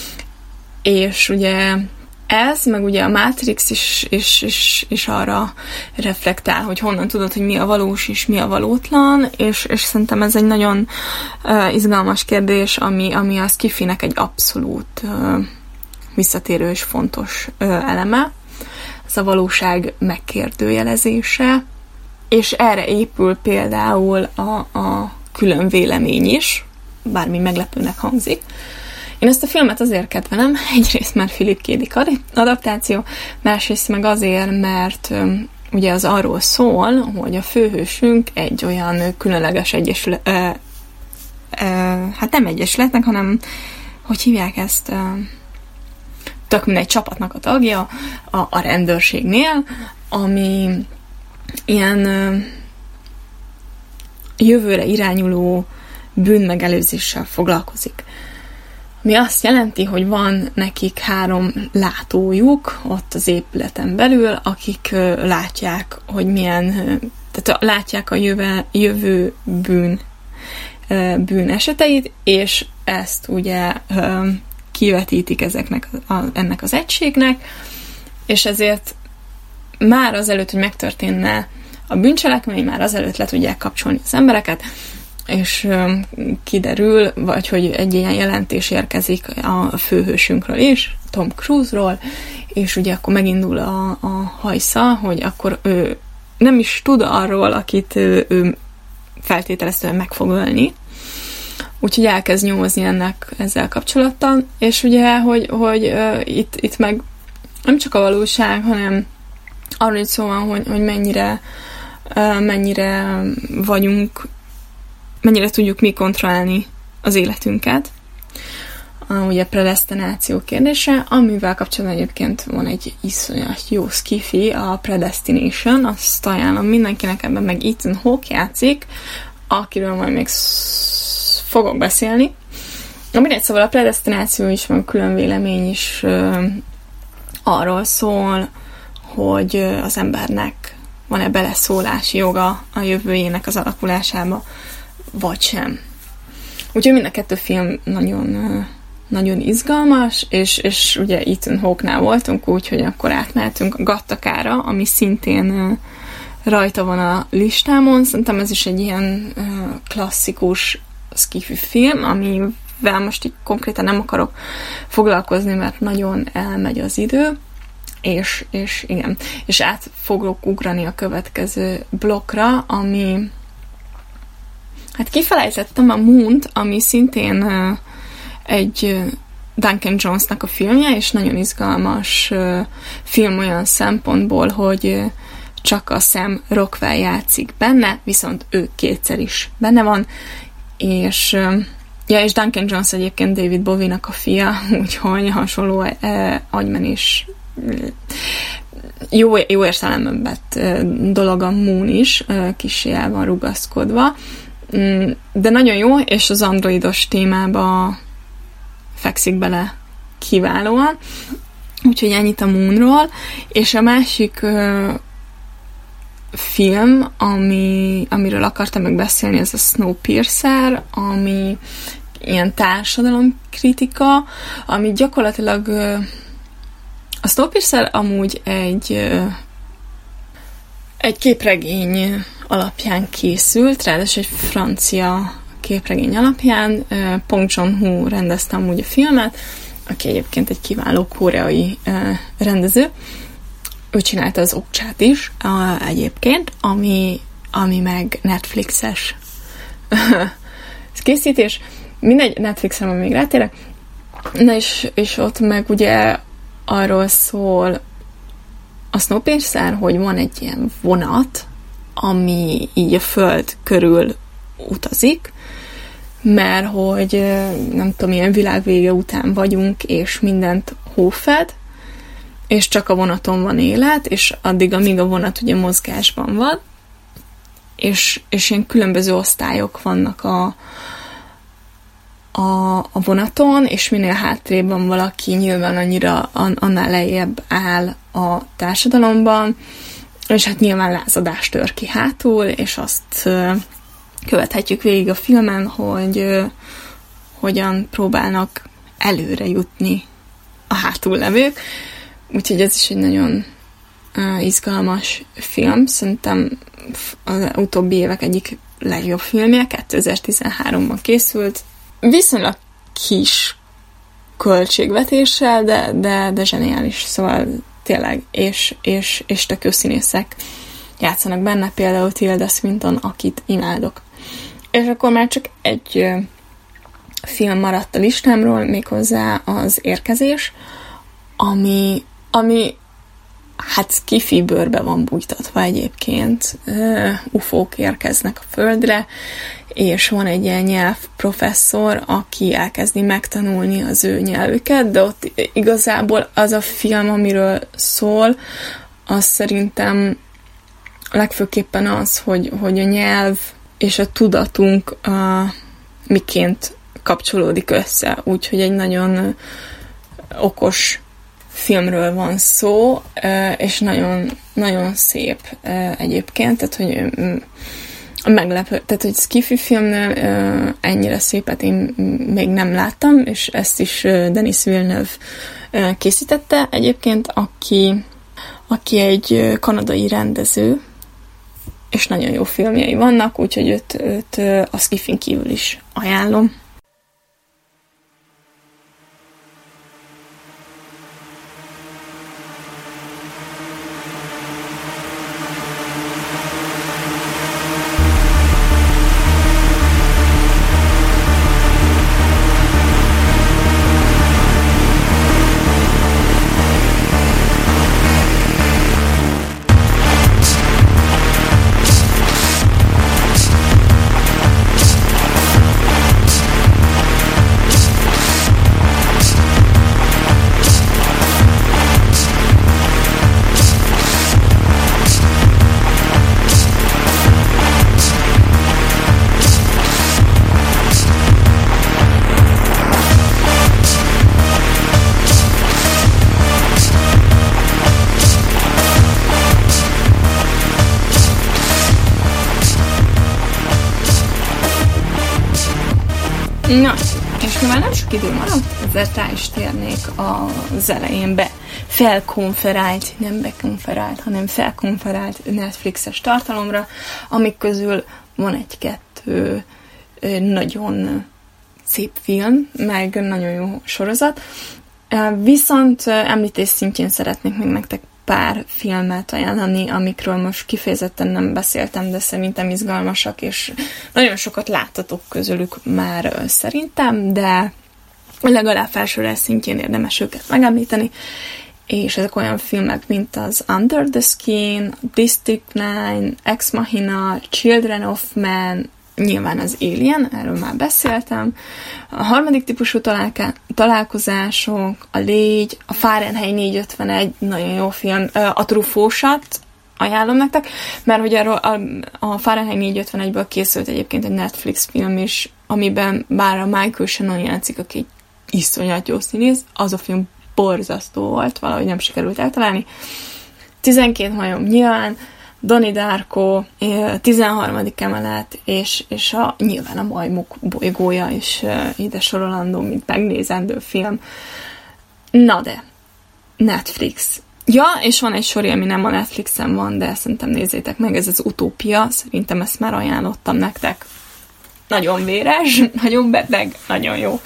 És ugye ez, meg ugye a Matrix is, is, is, is arra reflektál, hogy honnan tudod, hogy mi a valós és mi a valótlan, és, és szerintem ez egy nagyon uh, izgalmas kérdés, ami, ami a skifinek egy abszolút uh, visszatérő és fontos uh, eleme. Ez a valóság megkérdőjelezése, és erre épül például a, a külön vélemény is, bármi meglepőnek hangzik. Én ezt a filmet azért kedvelem, egyrészt már Philip K. Dick adaptáció, másrészt meg azért, mert um, ugye az arról szól, hogy a főhősünk egy olyan különleges egyesület, uh, uh, hát nem egyesületnek, hanem hogy hívják ezt, uh, tök mindegy csapatnak a tagja a, a rendőrségnél, ami ilyen uh, jövőre irányuló bűnmegelőzéssel foglalkozik. Mi azt jelenti, hogy van nekik három látójuk ott az épületen belül, akik uh, látják, hogy milyen, uh, tehát látják a jövő, jövő bűn, uh, bűn eseteit, és ezt ugye uh, kivetítik ezeknek a, ennek az egységnek, és ezért már azelőtt, hogy megtörténne a bűncselekmény, már azelőtt le tudják kapcsolni az embereket, és kiderül, vagy hogy egy ilyen jelentés érkezik a főhősünkről is, Tom Cruise-ról, és ugye akkor megindul a, a hajsza, hogy akkor ő nem is tud arról, akit ő, ő feltételezően meg fog ölni, úgyhogy elkezd nyomozni ennek ezzel kapcsolattal, és ugye, hogy, hogy uh, itt, itt meg nem csak a valóság, hanem arról is szó van, hogy, hogy mennyire, uh, mennyire vagyunk, mennyire tudjuk mi kontrollálni az életünket. Uh, ugye predestináció kérdése, amivel kapcsolatban egyébként van egy iszonyat jó skifi, a Predestination, azt ajánlom mindenkinek, ebben meg Ethan Hawke játszik, akiről majd még sz- fogok beszélni. Na mindegy, szóval a predestináció is, meg külön vélemény is uh, arról szól, hogy uh, az embernek van-e beleszólási joga a jövőjének az alakulásába, vagy sem. Úgyhogy mind a kettő film nagyon, nagyon izgalmas, és, és ugye Ethan Hawke-nál voltunk, úgyhogy akkor átmehetünk a Gattakára, ami szintén rajta van a listámon. Szerintem ez is egy ilyen klasszikus sci-fi film, amivel most így konkrétan nem akarok foglalkozni, mert nagyon elmegy az idő, és, és igen, és át fogok ugrani a következő blokkra, ami hát kifelejtettem a Moon-t, ami szintén uh, egy uh, Duncan Jonesnak a filmje, és nagyon izgalmas uh, film olyan szempontból, hogy uh, csak a Sam Rockwell játszik benne, viszont ő kétszer is benne van, és uh, ja, és Duncan Jones egyébként David Bowie-nak a fia, úgyhogy hasonló uh, agymenés jó, jó értelemben vett uh, dolog a Moon is, uh, kissé el van rugaszkodva, de nagyon jó, és az androidos témába fekszik bele kiválóan. Úgyhogy ennyit a Moonról. És a másik uh, film, ami, amiről akartam meg beszélni, ez a Snowpiercer, ami ilyen társadalomkritika, ami gyakorlatilag uh, a Snowpiercer amúgy egy uh, egy képregény alapján készült, ráadásul egy francia képregény alapján. Bong Joon-ho rendezte amúgy a filmet, aki egyébként egy kiváló koreai rendező. Ő csinálta az Okcsát is egyébként, ami, ami meg Netflixes készítés. Mindegy, Netflixen még rátérek. Na és, és ott meg ugye arról szól a Snowpiercer, hogy van egy ilyen vonat, ami így a Föld körül utazik, mert hogy nem tudom, ilyen világvége után vagyunk, és mindent hófed, és csak a vonaton van élet, és addig, amíg a vonat ugye mozgásban van, és, és ilyen különböző osztályok vannak a, a, a vonaton, és minél hátrébb van valaki, nyilván annyira annál lejjebb áll a társadalomban, és hát nyilván lázadás tör ki hátul, és azt uh, követhetjük végig a filmen, hogy uh, hogyan próbálnak előre jutni a hátullevők. Úgyhogy ez is egy nagyon uh, izgalmas film. Szerintem az utóbbi évek egyik legjobb filmje, kétezer-tizenháromban készült. Viszonylag kis költségvetéssel, de, de, de zseniális, szóval tényleg, és, és, és tök jó színészek játszanak benne, például Tilda Swinton, akit imádok. És akkor már csak egy ö, film maradt a listámról, méghozzá az Érkezés, ami, ami hát sci-fi bőrbe van bújtatva egyébként. Uh, ufók érkeznek a Földre, és van egy ilyen nyelvprofesszor, aki elkezdi megtanulni az ő nyelvüket, de ott igazából az a film, amiről szól, az szerintem legfőképpen az, hogy, hogy a nyelv és a tudatunk uh, miként kapcsolódik össze. Úgyhogy egy nagyon uh, okos filmről van szó, és nagyon, nagyon szép egyébként, tehát, hogy meglepő, tehát, hogy sci-fi filmnél ennyire szépet én még nem láttam, és ezt is Denis Villeneuve készítette egyébként, aki, aki egy kanadai rendező, és nagyon jó filmjei vannak, úgyhogy őt, őt a sci-fin kívül is ajánlom. Na, és mivel nem sok idő maradt, ezért rá is térnék az elején be felkonferált, nem bekonferált, hanem felkonferált Netflixes tartalomra, amik közül van egy-kettő nagyon szép film, meg nagyon jó sorozat. Viszont említés szintjén szeretnék még nektek pár filmet ajánlani, amikről most kifejezetten nem beszéltem, de szerintem izgalmasak, és nagyon sokat láttatok közülük már szerintem, de legalább felsőre szintjén érdemes őket megemlíteni, és ezek olyan filmek, mint az Under the Skin, District kilenc, Ex Machina, Children of Men, nyilván az Alien, erről már beszéltem, a harmadik típusú találká- találkozások, a Légy, a Fahrenheit négyszázötvenegy, nagyon jó film, a Truffaut ajánlom nektek, mert hogy arról a, a Fahrenheit négyszázötvenegyből készült egyébként egy Netflix film is, amiben bár a Michael Shannon játszik, aki egy iszonyat jó színész, az a film borzasztó volt, valahogy nem sikerült eltalálni. tizenkét majom nyilván, Donnie Darko, tizenharmadik emelet, és, és a, nyilván a Majmok bolygója is ide sorolandó, mint megnézendő film. Na de, Netflix. Ja, és van egy sor, ami nem a Netflixen van, de szerintem nézzétek meg, ez az Utópia, szerintem ezt már ajánlottam nektek. Nagyon véres, nagyon beteg, nagyon jó.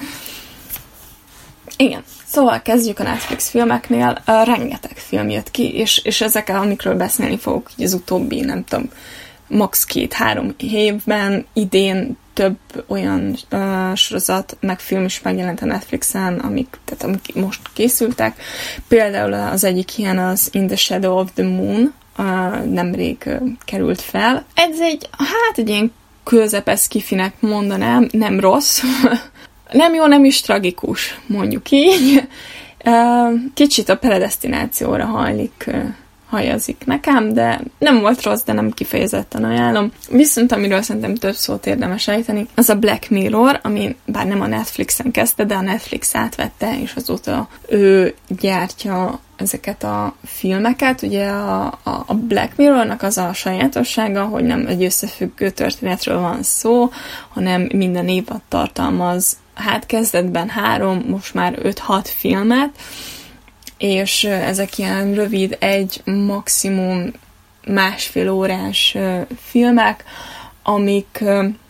Igen. Szóval kezdjük a Netflix filmeknél, uh, rengeteg film jött ki, és, és ezekkel, amikről beszélni fogok, így az utóbbi, nem tudom, max. két-három évben, idén több olyan uh, sorozat, meg film is megjelent a Netflixen, amik, tehát amik most készültek. Például az egyik ilyen az In the Shadow of the Moon, uh, nemrég uh, került fel. Ez egy, hát egy ilyen közepes kifinek mondanám, nem rossz, nem jó, nem is tragikus, mondjuk így. Kicsit a predesztinációra hajlik, hajazik nekem, de nem volt rossz, de nem kifejezetten ajánlom. Viszont amiről szerintem több szót érdemes ejteni, az a Black Mirror, ami bár nem a Netflixen kezdte, de a Netflix átvette, és azóta ő gyártja ezeket a filmeket. Ugye a, a, a Black Mirrornak az a sajátossága, hogy nem egy összefüggő történetről van szó, hanem minden évad tartalmaz, hát kezdetben három, most már öt-hat filmet, és ezek ilyen rövid, egy, maximum másfél órás filmek, amik,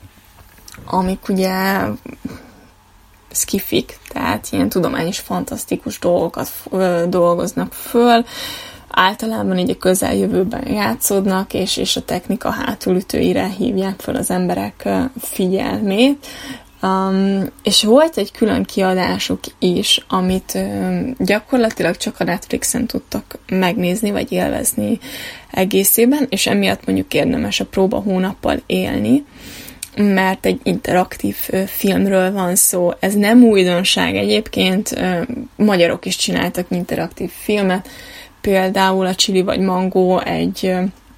amik ugye skifik, tehát ilyen tudományos, fantasztikus dolgokat dolgoznak föl, általában így a közeljövőben játszódnak, és, és a technika hátulütőire hívják fel az emberek figyelmét. Um, és volt egy külön kiadásuk is, amit um, gyakorlatilag csak a Netflixen tudtak megnézni, vagy élvezni egészében, és emiatt mondjuk érdemes a próba hónappal élni, mert egy interaktív uh, filmről van szó. Ez nem újdonság egyébként, uh, magyarok is csináltak interaktív filmet, például a Chili vagy Mango egy uh,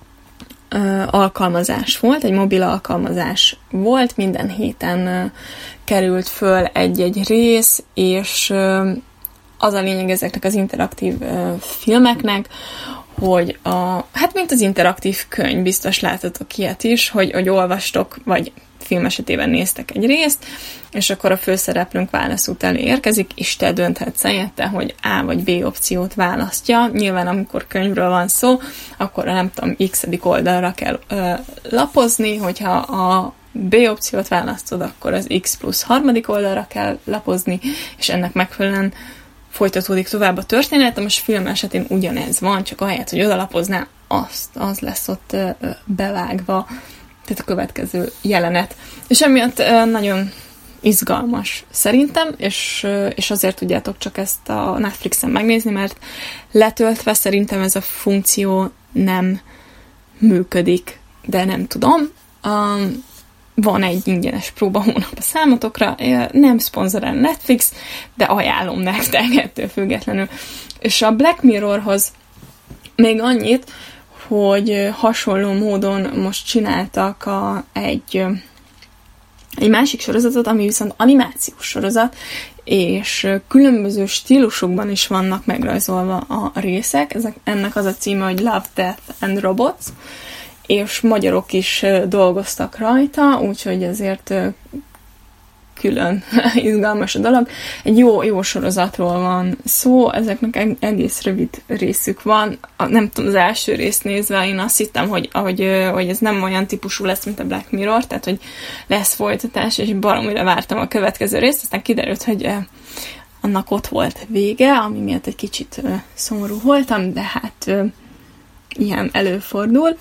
alkalmazás volt, egy mobil alkalmazás volt, minden héten került föl egy-egy rész, és az a lényeg ezeknek az interaktív filmeknek, hogy a, hát mint az interaktív könyv, biztos láttatok ilyet is, hogy, hogy olvastok, vagy film esetében néztek egy részt, és akkor a főszereplőnk válaszút elé érkezik, és te dönthetsz helyette, hogy A vagy B opciót választja. Nyilván, amikor könyvről van szó, akkor a nem tudom, x-edik oldalra kell ö, lapozni, hogyha a B opciót választod, akkor az X plusz harmadik oldalra kell lapozni, és ennek megfelelően folytatódik tovább a történet. Most film esetén ugyanez van, csak ahelyett, hogy odalapoznál, azt, az lesz ott ö, bevágva, tehát a következő jelenet. És emiatt nagyon izgalmas szerintem, és, és azért tudjátok csak ezt a Netflixen megnézni, mert letöltve szerintem ez a funkció nem működik, de nem tudom. Um, van egy ingyenes próba hónap a számotokra, nem szponzorál Netflix, de ajánlom nektek ettől függetlenül. És a Black Mirrorhoz még annyit, hogy hasonló módon most csináltak a, egy, egy másik sorozatot, ami viszont animációs sorozat, és különböző stílusokban is vannak megrajzolva a részek. Ezek, ennek az a címe, hogy Love, Death and Robots, és magyarok is dolgoztak rajta, úgyhogy ezért külön izgalmas a dolog. Egy jó, jó sorozatról van szó, ezeknek egész rövid részük van. A, nem tudom, az első részt nézve én azt hittem, hogy, hogy, hogy ez nem olyan típusú lesz, mint a Black Mirror, tehát hogy lesz folytatás, és baromira vártam a következő részt, aztán kiderült, hogy annak ott volt vége, ami miatt egy kicsit szomorú voltam, de hát ilyen előfordul.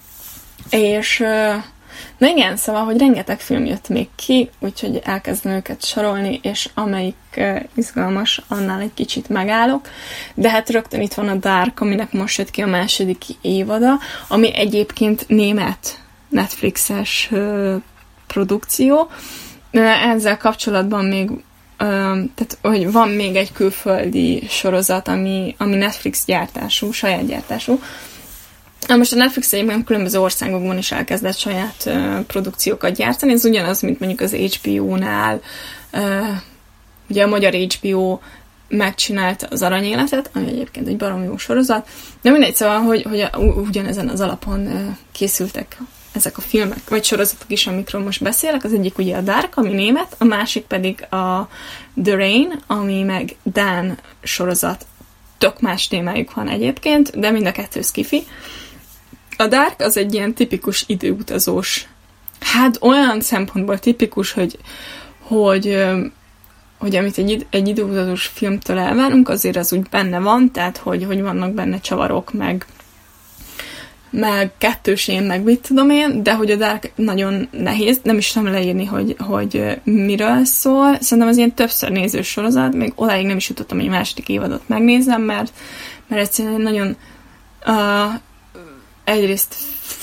És na igen, szóval, hogy rengeteg film jött még ki, úgyhogy elkezdem őket sorolni, és amelyik uh, izgalmas, annál egy kicsit megállok. De hát rögtön itt van a Dark, aminek most jött ki a második évada, ami egyébként német Netflixes uh, produkció. Uh, ezzel kapcsolatban még uh, tehát, hogy van még egy külföldi sorozat, ami, ami Netflix gyártású, saját gyártású. Na most a Netflix egyébként különböző országokban is elkezdett saját uh, produkciókat gyártani, ez ugyanaz, mint mondjuk az há bé ó-nál, uh, ugye a magyar há bé ó megcsinált az Aranyéletet, ami egyébként egy baromi jó sorozat, de mindegy, szóval, hogy, hogy a, ugyanezen az alapon uh, készültek ezek a filmek, vagy sorozatok is, amikről most beszélek, az egyik ugye a Dark, ami német, a másik pedig a The Rain, ami meg dán sorozat, tök más témájuk van egyébként, de mind a kettő skifi. A Dark az egy ilyen tipikus időutazós, hát olyan szempontból tipikus, hogy, hogy, hogy amit egy, egy időutazós filmtől elvárunk, azért az úgy benne van, tehát hogy, hogy vannak benne csavarok, meg, meg kettős én, meg mit tudom én, de hogy a Dark nagyon nehéz, nem is tudom leírni, hogy, hogy miről szól. Szerintem az ilyen többször nézős sorozat, még odáig nem is jutottam, hogy a második évadot megnézem, mert, mert egyszerűen nagyon uh, egyrészt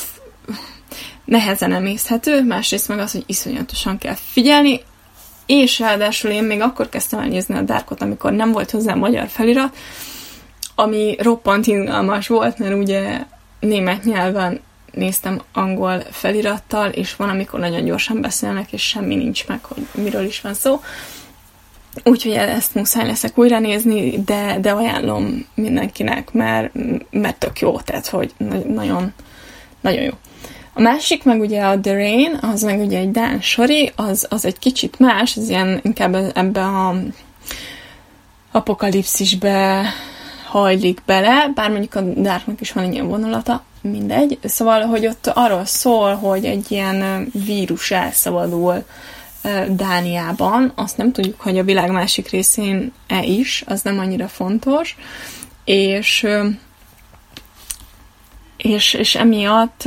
nehezen emészhető, másrészt meg az, hogy iszonyatosan kell figyelni, és ráadásul én még akkor kezdtem el nézni a Darkot, amikor nem volt hozzá magyar felirat, ami roppant izgalmas volt, mert ugye német nyelven néztem angol felirattal, és van, amikor nagyon gyorsan beszélnek, és semmi nincs meg, hogy miről is van szó. Úgyhogy ezt muszáj leszek újra nézni, de, de ajánlom mindenkinek, mert, mert tök jó, tehát hogy nagyon, nagyon jó. A másik meg ugye a The Rain, az meg ugye egy dán sori, az, az egy kicsit más, az ilyen inkább ebbe a apokalipszisbe hajlik bele, bár mondjuk a Darknak is van egy ilyen vonulata, mindegy. Szóval, hogy ott arról szól, hogy egy ilyen vírus elszabadul Dániában, azt nem tudjuk, hogy a világ másik részén-e is, az nem annyira fontos, és és, és emiatt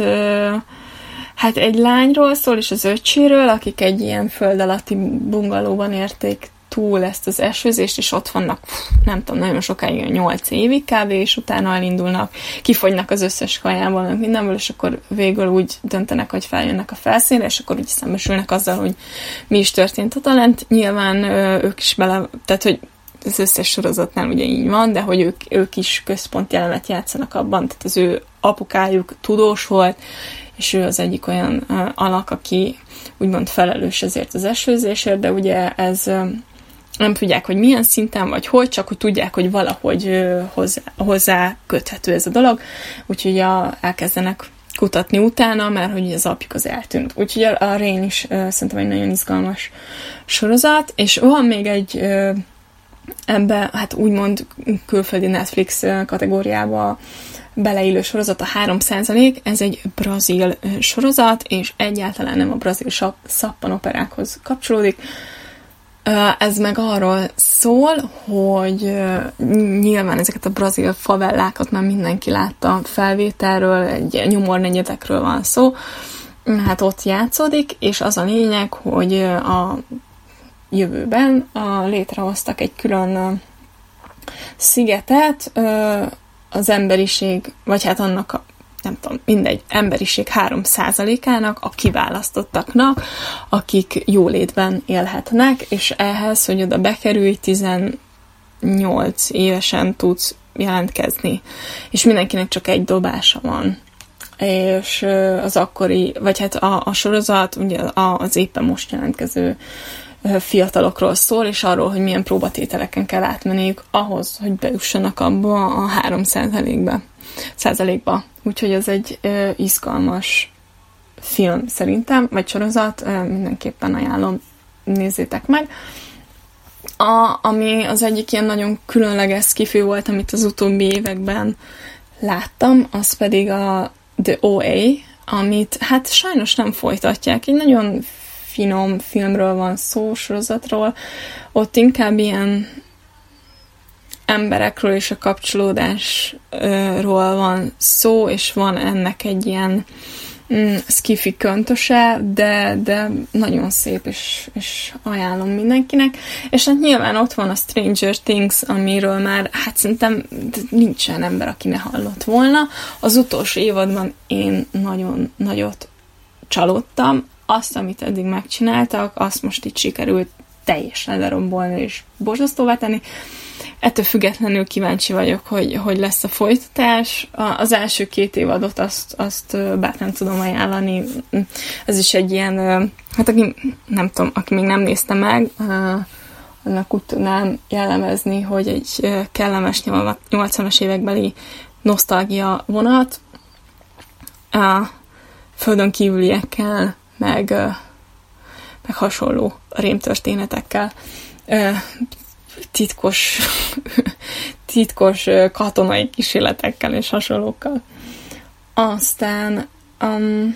hát egy lányról szól, és az öcséről, akik egy ilyen föld alatti bungalóban érték túl ezt az esőzést, és ott vannak, nem tudom, nagyon sokáig, nyolc évig kb., és utána elindulnak, kifogynak az összes kajából, meg mindenből, és akkor végül úgy döntenek, hogy feljönnek a felszínre, és akkor úgy szembesülnek azzal, hogy mi is történt ott lent. Nyilván ők is bele, tehát, hogy az összes sorozatnál ugye így van, de hogy ők, ők is központi elemet játszanak abban, tehát az ő apukájuk tudós volt, és ő az egyik olyan uh, alak, aki úgymond felelős ezért az esőzésért, de ugye ez uh, nem tudják, hogy milyen szinten, vagy hogy, csak hogy tudják, hogy valahogy uh, hozzá, hozzá köthető ez a dolog, úgyhogy a, elkezdenek kutatni utána, mert hogy az apjuk az eltűnt. Úgyhogy a, a Rain is uh, szerintem egy nagyon izgalmas sorozat, és van még egy uh, ebbe, hát úgymond külföldi Netflix kategóriába beleillő sorozat, a három százalék, ez egy brazil sorozat, és egyáltalán nem a brazil szappanoperákhoz kapcsolódik. Ez meg arról szól, hogy nyilván ezeket a brazil favellákat már mindenki látta felvételről, egy nyomornegyedekről van szó, hát ott játszódik, és az a lényeg, hogy a jövőben a, létrehoztak egy külön szigetet, az emberiség, vagy hát annak a, nem tudom, mindegy, emberiség három százalékának, a kiválasztottaknak, akik jólétben élhetnek, és ehhez, hogy oda bekerülj, tizennyolc évesen tudsz jelentkezni. És mindenkinek csak egy dobása van. És az akkori, vagy hát a, a sorozat, ugye az éppen most jelentkező fiatalokról szól, és arról, hogy milyen próbatételeken kell átmenniük ahhoz, hogy bejussanak abba a három százalékba. százalékba. Úgyhogy ez egy uh, izgalmas film szerintem, vagy sorozat, uh, mindenképpen ajánlom. nézzétek meg. A, ami az egyik ilyen nagyon különleges sci-fi volt, amit az utóbbi években láttam, az pedig a The o á, amit hát sajnos nem folytatják. Egy nagyon finom filmről van szó, sorozatról. Ott inkább ilyen emberekről és a kapcsolódásról van szó, és van ennek egy ilyen mm, sci-fi köntöse, de, de nagyon szép, és, és ajánlom mindenkinek. És hát nyilván ott van a Stranger Things, amiről már hát szerintem nincsen ember, aki ne hallott volna. Az utolsó évadban én nagyon nagyot csalódtam. Azt, amit eddig megcsináltak, azt most itt sikerült teljesen lerombolni és borzasztóvá tenni. Ettől függetlenül kíváncsi vagyok, hogy, hogy lesz a folytatás. Az első két évadot azt, azt bár nem tudom ajánlani. Ez is egy ilyen, hát aki, nem tudom, aki még nem nézte meg, annak úgy tudnám jellemezni, hogy egy kellemes nyolcvanas évekbeli nosztalgia vonat. A földön kívüliekkel, meg, meg hasonló rémtörténetekkel, titkos, titkos katonai kísérletekkel és hasonlókkal. Aztán um,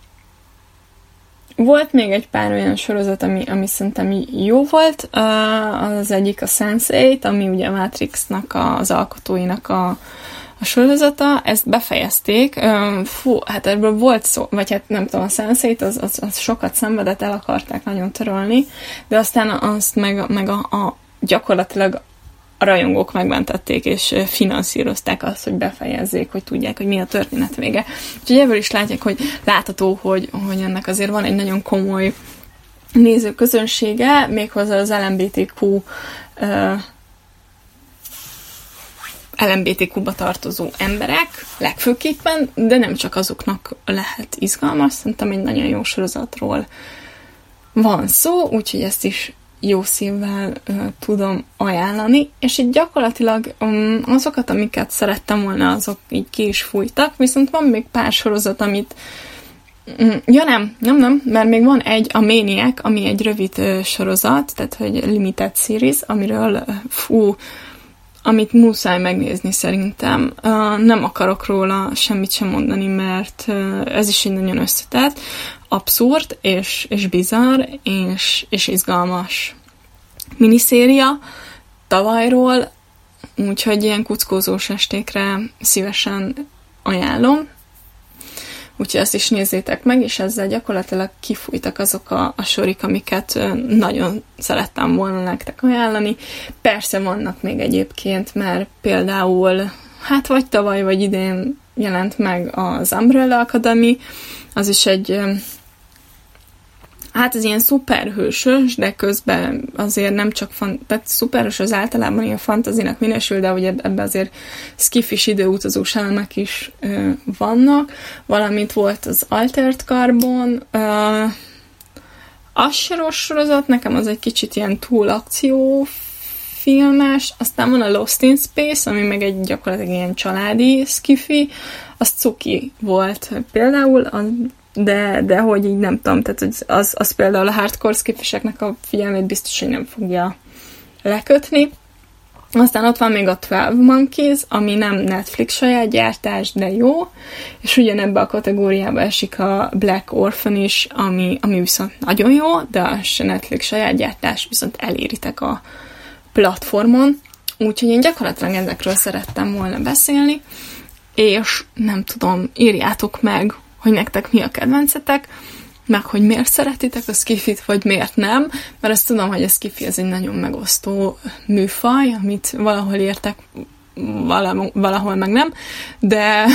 volt még egy pár olyan sorozat, ami, ami szerintem jó volt. Uh, az egyik a sense eight, ami ugye a Matrixnak, az alkotóinak a a sorozata, ezt befejezték. Fú, hát ebből volt szó, vagy hát nem tudom, a sense eight az, az, az sokat szenvedett, el akarták nagyon törölni, de aztán azt meg, meg a, a gyakorlatilag a rajongók megmentették, és finanszírozták azt, hogy befejezzék, hogy tudják, hogy mi a történet vége. Úgyhogy ebből is látják, hogy látható, hogy, hogy ennek azért van egy nagyon komoly nézőközönsége, méghozzá az el em bé té kú uh, el em bé té kú-ba tartozó emberek legfőképpen, de nem csak azoknak lehet izgalmas, szerintem egy nagyon jó sorozatról van szó, úgyhogy ezt is jó szívvel uh, tudom ajánlani, és így gyakorlatilag um, azokat, amiket szerettem volna, azok így ki is fújtak, viszont van még pár sorozat, amit um, ja nem, nem, nem, mert még van egy, a Maniac, ami egy rövid uh, sorozat, tehát hogy limited series, amiről uh, fú, amit muszáj megnézni szerintem. Uh, nem akarok róla semmit sem mondani, mert uh, ez is egy nagyon összetett, abszurd, és, és bizarr, és, és izgalmas miniszéria tavalyról, úgyhogy ilyen kuckózós estékre szívesen ajánlom. Úgyhogy ezt is nézzétek meg, és ezzel gyakorlatilag kifújtak azok a, a sorik, amiket nagyon szerettem volna nektek ajánlani. Persze vannak még egyébként, mert például, hát vagy tavaly, vagy idén jelent meg az Umbrella Academy, az is egy, hát ez ilyen szuperhősös, de közben azért nem csak fan, tehát szuperhős az általában ilyen fantazinak minősül, de ugye ebben azért skifis időutazós elemek is ö, vannak, valamint volt az Altered Carbon, ö, az se rossz sorozat, nekem az egy kicsit ilyen túl akciófilmes, aztán van a Lost in Space, ami meg egy gyakorlatilag ilyen családi skifi, az cuki volt például, az De, de hogy így nem tudom, tehát az, az például a hardcore skifiseknek a figyelmét biztos, hogy nem fogja lekötni. Aztán ott van még a Twelve Monkeys, ami nem Netflix saját gyártás, de jó, és ugyanebbe a kategóriába esik a Black Orphan is, ami, ami viszont nagyon jó, de az se Netflix saját gyártás, viszont eléritek a platformon. Úgyhogy én gyakorlatilag ezekről szerettem volna beszélni, és nem tudom, írjátok meg, hogy nektek mi a kedvencetek, meg hogy miért szeretitek a skifit, vagy miért nem, mert azt tudom, hogy a skifi ez egy nagyon megosztó műfaj, amit valahol értek, valahol meg nem, de,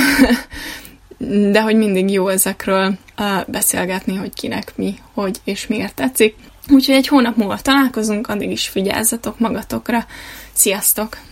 de hogy mindig jó ezekről beszélgetni, hogy kinek mi, hogy és miért tetszik. Úgyhogy egy hónap múlva találkozunk, addig is vigyázzatok magatokra. Sziasztok!